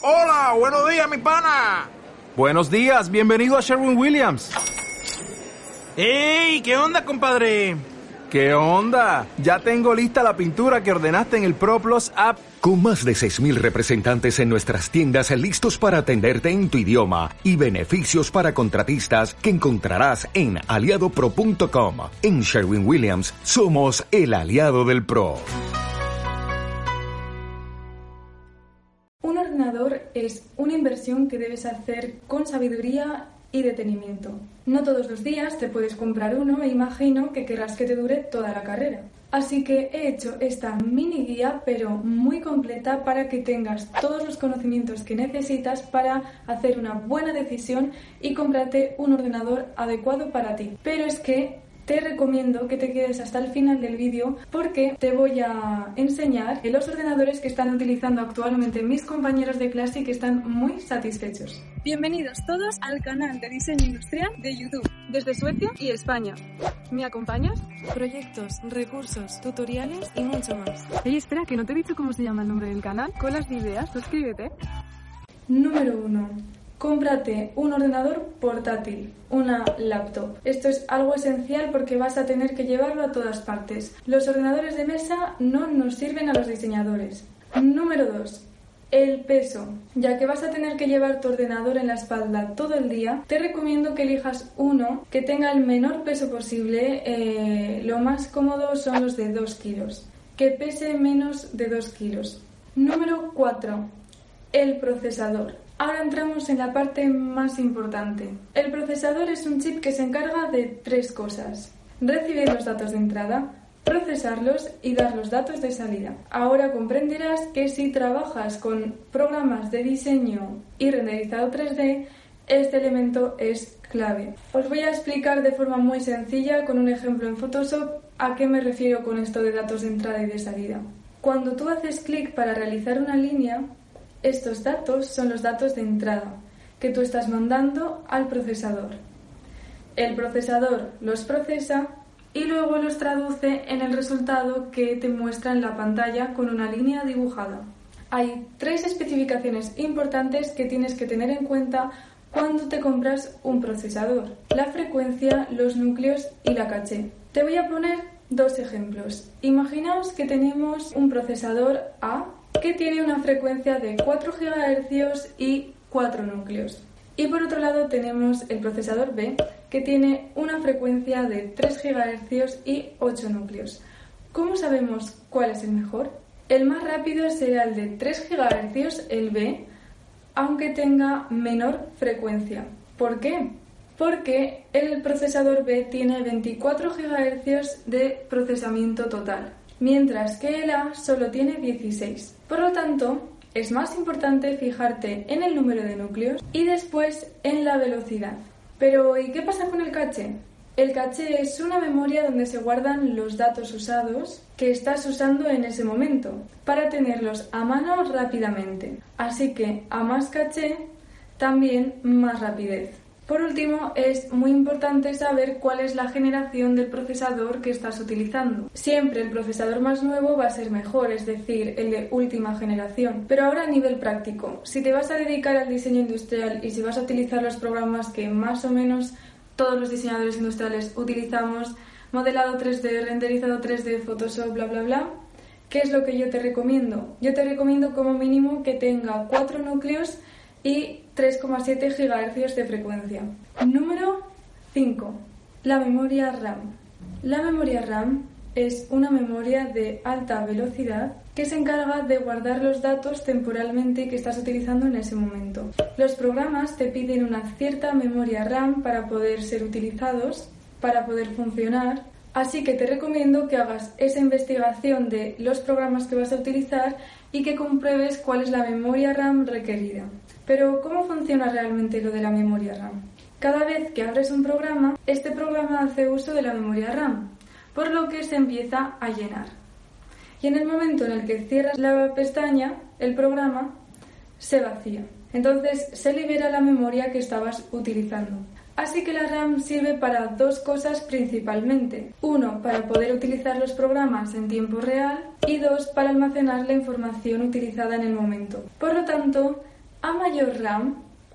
Hola, buenos días, mi pana. Buenos días, bienvenido a Sherwin-Williams. ¡Ey! ¿Qué onda, compadre? ¿Qué onda? Ya tengo lista la pintura que ordenaste en el ProPlus app. Con más de 6,000 representantes en nuestras tiendas listos para atenderte en tu idioma y beneficios para contratistas que encontrarás en aliadopro.com. En Sherwin-Williams somos el aliado del pro. Un ordenador es una inversión que debes hacer con sabiduría y detenimiento. No todos los días te puedes comprar uno e imagino que querrás que te dure toda la carrera. Así que he hecho esta mini guía, pero muy completa, para que tengas todos los conocimientos que necesitas para hacer una buena decisión y comprarte un ordenador adecuado para ti. Pero es que te recomiendo que te quedes hasta el final del vídeo porque te voy a enseñar los ordenadores que están utilizando actualmente mis compañeros de clase y que están muy satisfechos. Bienvenidos todos al canal de diseño industrial de YouTube, desde Suecia y España. ¿Me acompañas? Proyectos, recursos, tutoriales y mucho más. Oye, espera, que no te he dicho cómo se llama el nombre del canal. Colas de ideas, suscríbete. Número 1. Cómprate un ordenador portátil, una laptop. Esto es algo esencial porque vas a tener que llevarlo a todas partes. Los ordenadores de mesa no nos sirven a los diseñadores. Número 2. El peso. Ya que vas a tener que llevar tu ordenador en la espalda todo el día, te recomiendo que elijas uno que tenga el menor peso posible. Lo más cómodo son los de 2 kilos. Que pese menos de 2 kilos. Número 4. El procesador. Ahora entramos en la parte más importante. El procesador es un chip que se encarga de 3 cosas: recibir los datos de entrada, procesarlos y dar los datos de salida. Ahora comprenderás que si trabajas con programas de diseño y renderizado 3D, este elemento es clave. Os voy a explicar de forma muy sencilla, con un ejemplo en Photoshop, a qué me refiero con esto de datos de entrada y de salida. Cuando tú haces clic para realizar una línea, estos datos son los datos de entrada que tú estás mandando al procesador. El procesador los procesa y luego los traduce en el resultado que te muestra en la pantalla con una línea dibujada. Hay 3 especificaciones importantes que tienes que tener en cuenta cuando te compras un procesador: la frecuencia, los núcleos y la caché. Te voy a poner 2 ejemplos. Imaginaos que tenemos un procesador A que tiene una frecuencia de 4 GHz y 4 núcleos. Y por otro lado tenemos el procesador B, que tiene una frecuencia de 3 GHz y 8 núcleos. ¿Cómo sabemos cuál es el mejor? El más rápido será el de 3 GHz, el B, aunque tenga menor frecuencia. ¿Por qué? Porque el procesador B tiene 24 GHz de procesamiento total, mientras que el A solo tiene 16. Por lo tanto, es más importante fijarte en el número de núcleos y después en la velocidad. Pero, ¿y qué pasa con el caché? El caché es una memoria donde se guardan los datos usados que estás usando en ese momento, para tenerlos a mano rápidamente. Así que, a más caché, también más rapidez. Por último, es muy importante saber cuál es la generación del procesador que estás utilizando. Siempre el procesador más nuevo va a ser mejor, es decir, el de última generación. Pero ahora a nivel práctico, si te vas a dedicar al diseño industrial y si vas a utilizar los programas que más o menos todos los diseñadores industriales utilizamos, modelado 3D, renderizado 3D, Photoshop, bla bla bla, ¿qué es lo que yo te recomiendo? Yo te recomiendo como mínimo que tenga 4 núcleos y 3,7 GHz de frecuencia. Número 5. La memoria RAM. La memoria RAM es una memoria de alta velocidad que se encarga de guardar los datos temporalmente que estás utilizando en ese momento. Los programas te piden una cierta memoria RAM para poder ser utilizados, para poder funcionar, así que te recomiendo que hagas esa investigación de los programas que vas a utilizar y que compruebes cuál es la memoria RAM requerida. Pero, ¿cómo funciona realmente lo de la memoria RAM? Cada vez que abres un programa, este programa hace uso de la memoria RAM, por lo que se empieza a llenar. Y en el momento en el que cierras la pestaña, el programa se vacía. Entonces se libera la memoria que estabas utilizando. Así que la RAM sirve para 2 cosas principalmente. 1, para poder utilizar los programas en tiempo real y 2, para almacenar la información utilizada en el momento. Por lo tanto, A mayor RAM,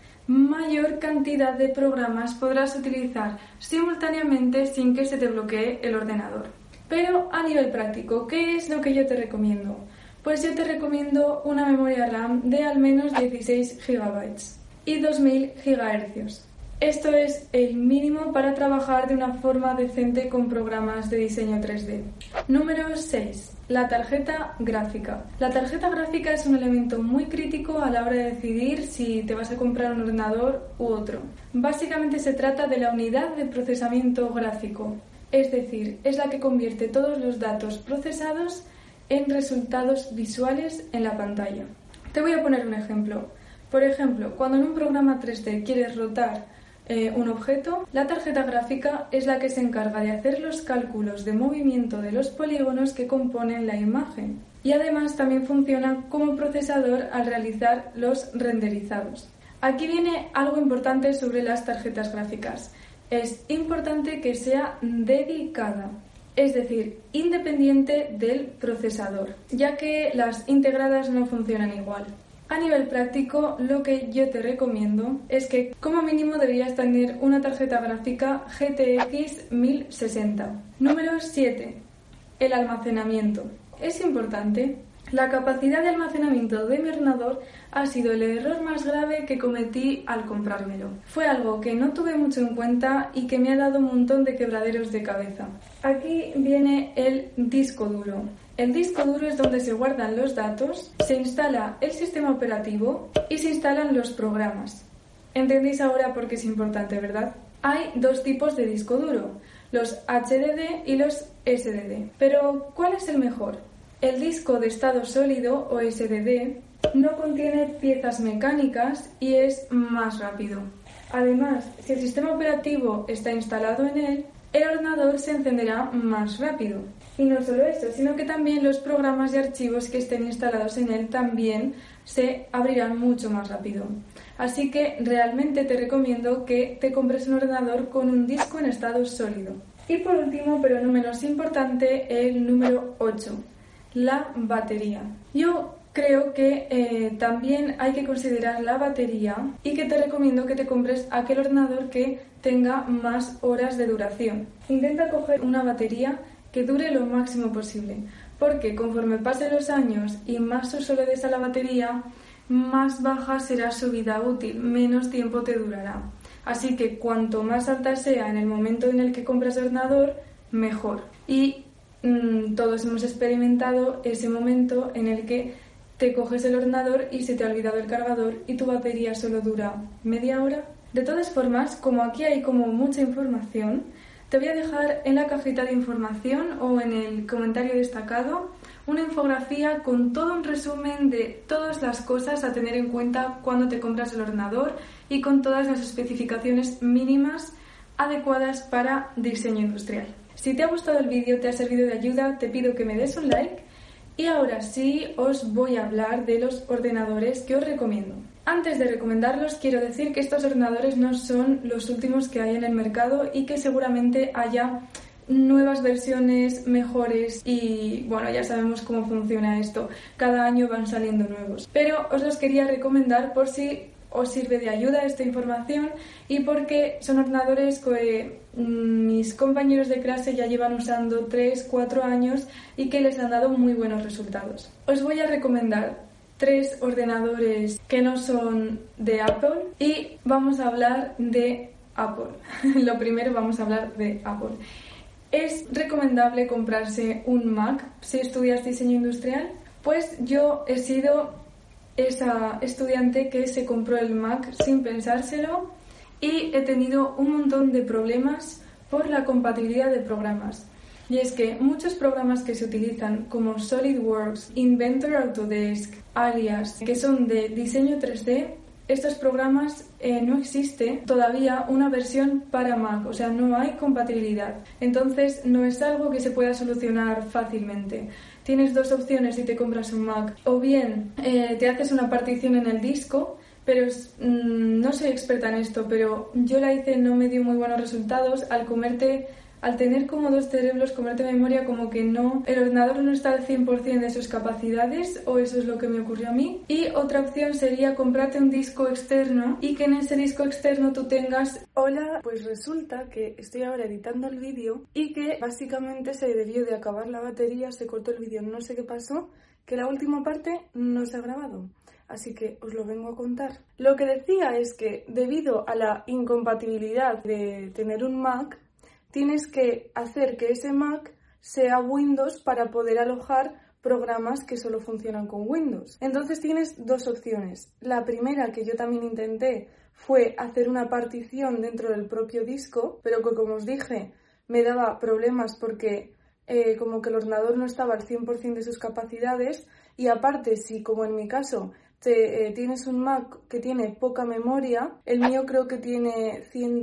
mayor cantidad de programas podrás utilizar simultáneamente sin que se te bloquee el ordenador. Pero a nivel práctico, ¿qué es lo que yo te recomiendo? Pues yo te recomiendo una memoria RAM de al menos 16 GB y 2000 GHz. Esto es el mínimo para trabajar de una forma decente con programas de diseño 3D. Número 6. La tarjeta gráfica. La tarjeta gráfica es un elemento muy crítico a la hora de decidir si te vas a comprar un ordenador u otro. Básicamente se trata de la unidad de procesamiento gráfico, es decir, es la que convierte todos los datos procesados en resultados visuales en la pantalla. Te voy a poner un ejemplo. Por ejemplo, cuando en un programa 3D quieres rotar un objeto, la tarjeta gráfica es la que se encarga de hacer los cálculos de movimiento de los polígonos que componen la imagen y además también funciona como procesador al realizar los renderizados. Aquí viene algo importante sobre las tarjetas gráficas. Es importante que sea dedicada, es decir, independiente del procesador, ya que las integradas no funcionan igual. A nivel práctico, lo que yo te recomiendo es que como mínimo deberías tener una tarjeta gráfica GTX 1060. Número 7. El almacenamiento. Es importante. La capacidad de almacenamiento de mi ordenador ha sido el error más grave que cometí al comprármelo. Fue algo que no tuve mucho en cuenta y que me ha dado un montón de quebraderos de cabeza. Aquí viene el disco duro. El disco duro es donde se guardan los datos, se instala el sistema operativo y se instalan los programas. ¿Entendéis ahora por qué es importante, verdad? Hay dos tipos de disco duro, los HDD y los SSD. Pero, ¿cuál es el mejor? El disco de estado sólido o SSD no contiene piezas mecánicas y es más rápido. Además, si el sistema operativo está instalado en él, el ordenador se encenderá más rápido. Y no solo eso, sino que también los programas y archivos que estén instalados en él también se abrirán mucho más rápido. Así que realmente te recomiendo que te compres un ordenador con un disco en estado sólido. Y por último, pero no menos importante, el número 8, la batería. Yo creo que también hay que considerar la batería y que te recomiendo que te compres aquel ordenador que tenga más horas de duración. Intenta coger una batería que dure lo máximo posible, porque conforme pasen los años y más uso le des a la batería, más baja será su vida útil, menos tiempo te durará. Así que cuanto más alta sea en el momento en el que compras el ordenador, mejor. Y todos hemos experimentado ese momento en el que te coges el ordenador y se te ha olvidado el cargador y tu batería solo dura media hora. De todas formas, como aquí hay como mucha información, te voy a dejar en la cajita de información o en el comentario destacado una infografía con todo un resumen de todas las cosas a tener en cuenta cuando te compras el ordenador y con todas las especificaciones mínimas adecuadas para diseño industrial. Si te ha gustado el vídeo, te ha servido de ayuda, te pido que me des un like y ahora sí os voy a hablar de los ordenadores que os recomiendo. Antes de recomendarlos, quiero decir que estos ordenadores no son los últimos que hay en el mercado y que seguramente haya nuevas versiones mejores y bueno, ya sabemos cómo funciona esto. Cada año van saliendo nuevos. Pero os los quería recomendar por si os sirve de ayuda esta información y porque son ordenadores que mis compañeros de clase ya llevan usando 3-4 años y que les han dado muy buenos resultados. Os voy a recomendar 3 ordenadores que no son de Apple y vamos a hablar de Apple. Lo primero, vamos a hablar de Apple. ¿Es recomendable comprarse un Mac si estudias diseño industrial? Pues yo he sido esa estudiante que se compró el Mac sin pensárselo y he tenido un montón de problemas por la compatibilidad de programas. Y es que muchos programas que se utilizan como SolidWorks, Inventor Autodesk, Alias, que son de diseño 3D, estos programas no existe todavía una versión para Mac, o sea, no hay compatibilidad. Entonces no es algo que se pueda solucionar fácilmente. Tienes dos opciones si te compras un Mac. O bien te haces una partición en el disco, pero no soy experta en esto, pero yo la hice, no me dio muy buenos resultados al comerte al tener como dos cerebros, comerte memoria, como que no, el ordenador no está al 100% de sus capacidades, o eso es lo que me ocurrió a mí. Y otra opción sería comprarte un disco externo y que en ese disco externo tú tengas... Hola, pues resulta que estoy ahora editando el vídeo y que básicamente se debió de acabar la batería, se cortó el vídeo, no sé qué pasó, que la última parte no se ha grabado. Así que os lo vengo a contar. Lo que decía es que debido a la incompatibilidad de tener un Mac, tienes que hacer que ese Mac sea Windows para poder alojar programas que solo funcionan con Windows. Entonces tienes dos opciones. La primera, que yo también intenté, fue hacer una partición dentro del propio disco, pero que, como os dije, me daba problemas porque como que el ordenador no estaba al 100% de sus capacidades, y aparte, si como en mi caso tienes un Mac que tiene poca memoria, el mío creo que tiene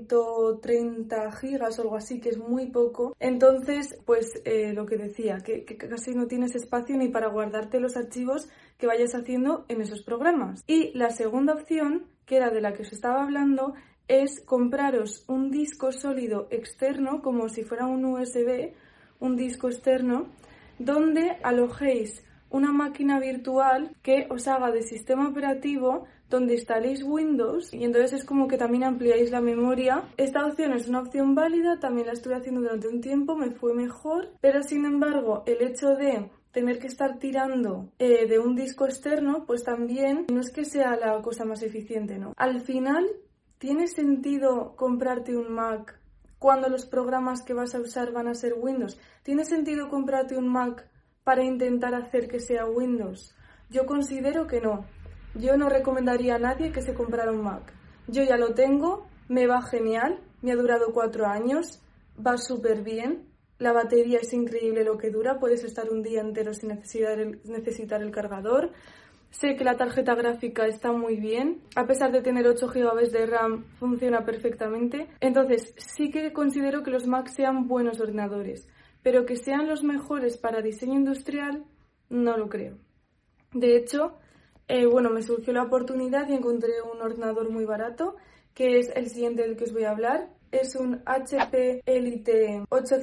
130 gigas o algo así, que es muy poco. Entonces, pues lo que decía, que casi no tienes espacio ni para guardarte los archivos que vayas haciendo en esos programas. Y la segunda opción, que era de la que os estaba hablando, es compraros un disco sólido externo, como si fuera un USB, un disco externo, donde alojéis una máquina virtual que os haga de sistema operativo, donde instaléis Windows, y entonces es como que también ampliáis la memoria. Esta opción es una opción válida, también la estuve haciendo durante un tiempo, me fue mejor, pero sin embargo el hecho de tener que estar tirando de un disco externo, pues también no es que sea la cosa más eficiente, ¿no? Al final, ¿tiene sentido comprarte un Mac cuando los programas que vas a usar van a ser Windows? ¿Tiene sentido comprarte un Mac para intentar hacer que sea Windows? Yo considero que no. Yo no recomendaría a nadie que se comprara un Mac. Yo ya lo tengo, me va genial, me ha durado 4 años, va súper bien, la batería es increíble lo que dura, puedes estar un día entero sin necesitar el cargador. Sé que la tarjeta gráfica está muy bien, a pesar de tener 8 GB de RAM, funciona perfectamente. Entonces, sí que considero que los Mac sean buenos ordenadores, pero que sean los mejores para diseño industrial, no lo creo. De hecho, me surgió la oportunidad y encontré un ordenador muy barato, que es el siguiente del que os voy a hablar. Es un HP Elite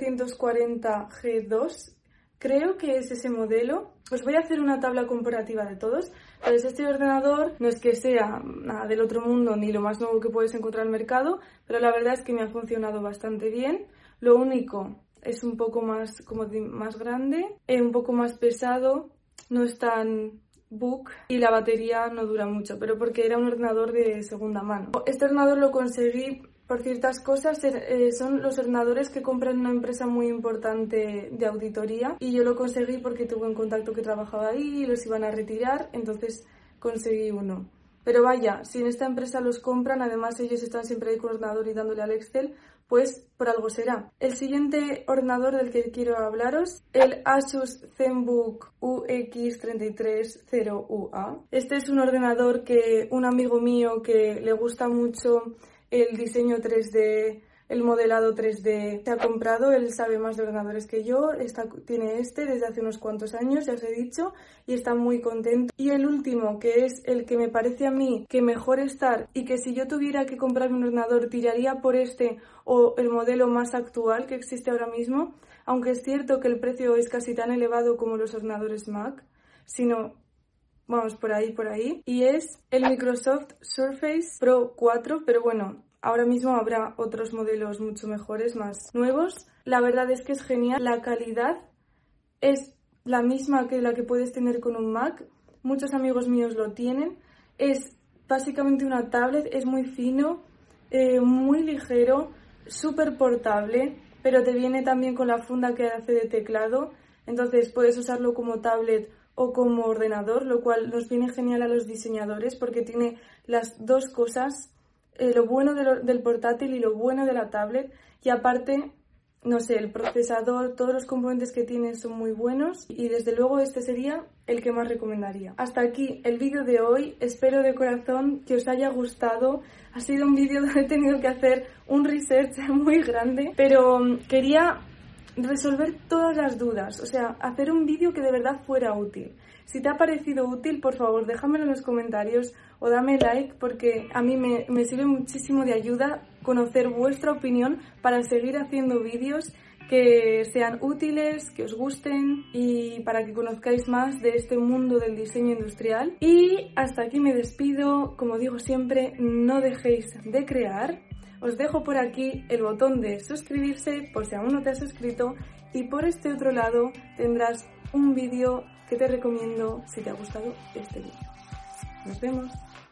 840G2. Creo que es ese modelo. Os voy a hacer una tabla comparativa de todos. Pues este ordenador no es que sea nada del otro mundo ni lo más nuevo que puedes encontrar en el mercado, pero la verdad es que me ha funcionado bastante bien. Lo único es un poco más, más grande, un poco más pesado, no es tan book y la batería no dura mucho, pero porque era un ordenador de segunda mano. Este ordenador lo conseguí por ciertas cosas, son los ordenadores que compran una empresa muy importante de auditoría, y yo lo conseguí porque tuve un contacto que trabajaba ahí y los iban a retirar, entonces conseguí uno. Pero vaya, si en esta empresa los compran, además ellos están siempre ahí con el ordenador y dándole al Excel, pues por algo será. El siguiente ordenador del que quiero hablaros, el Asus ZenBook UX3300UA. Este es un ordenador que un amigo mío que le gusta mucho el diseño 3D, el modelado 3D, se ha comprado. Él sabe más de ordenadores que yo, tiene desde hace unos cuantos años, ya os he dicho, y está muy contento. Y el último, que es el que me parece a mí que mejor estar, y que si yo tuviera que comprarme un ordenador tiraría por este o el modelo más actual que existe ahora mismo, aunque es cierto que el precio es casi tan elevado como los ordenadores Mac, sino... vamos, por ahí, y es el Microsoft Surface Pro 4, pero bueno, ahora mismo habrá otros modelos mucho mejores, más nuevos. La verdad es que es genial, la calidad es la misma que la que puedes tener con un Mac, muchos amigos míos lo tienen, es básicamente una tablet, es muy fino, muy ligero, súper portable, pero te viene también con la funda que hace de teclado, entonces puedes usarlo como tablet o como ordenador, lo cual nos viene genial a los diseñadores porque tiene las dos cosas, lo bueno del portátil y lo bueno de la tablet, y aparte, no sé, el procesador, todos los componentes que tiene son muy buenos, y desde luego este sería el que más recomendaría. Hasta aquí el vídeo de hoy, espero de corazón que os haya gustado. Ha sido un vídeo donde he tenido que hacer un research muy grande, pero quería resolver todas las dudas, o sea, hacer un vídeo que de verdad fuera útil. Si te ha parecido útil, por favor, déjamelo en los comentarios o dame like, porque a mí me sirve muchísimo de ayuda conocer vuestra opinión para seguir haciendo vídeos que sean útiles, que os gusten y para que conozcáis más de este mundo del diseño industrial. Y hasta aquí me despido. Como digo siempre, no dejéis de crear. Os dejo por aquí el botón de suscribirse por si aún no te has suscrito, y por este otro lado tendrás un vídeo que te recomiendo si te ha gustado este vídeo. Nos vemos.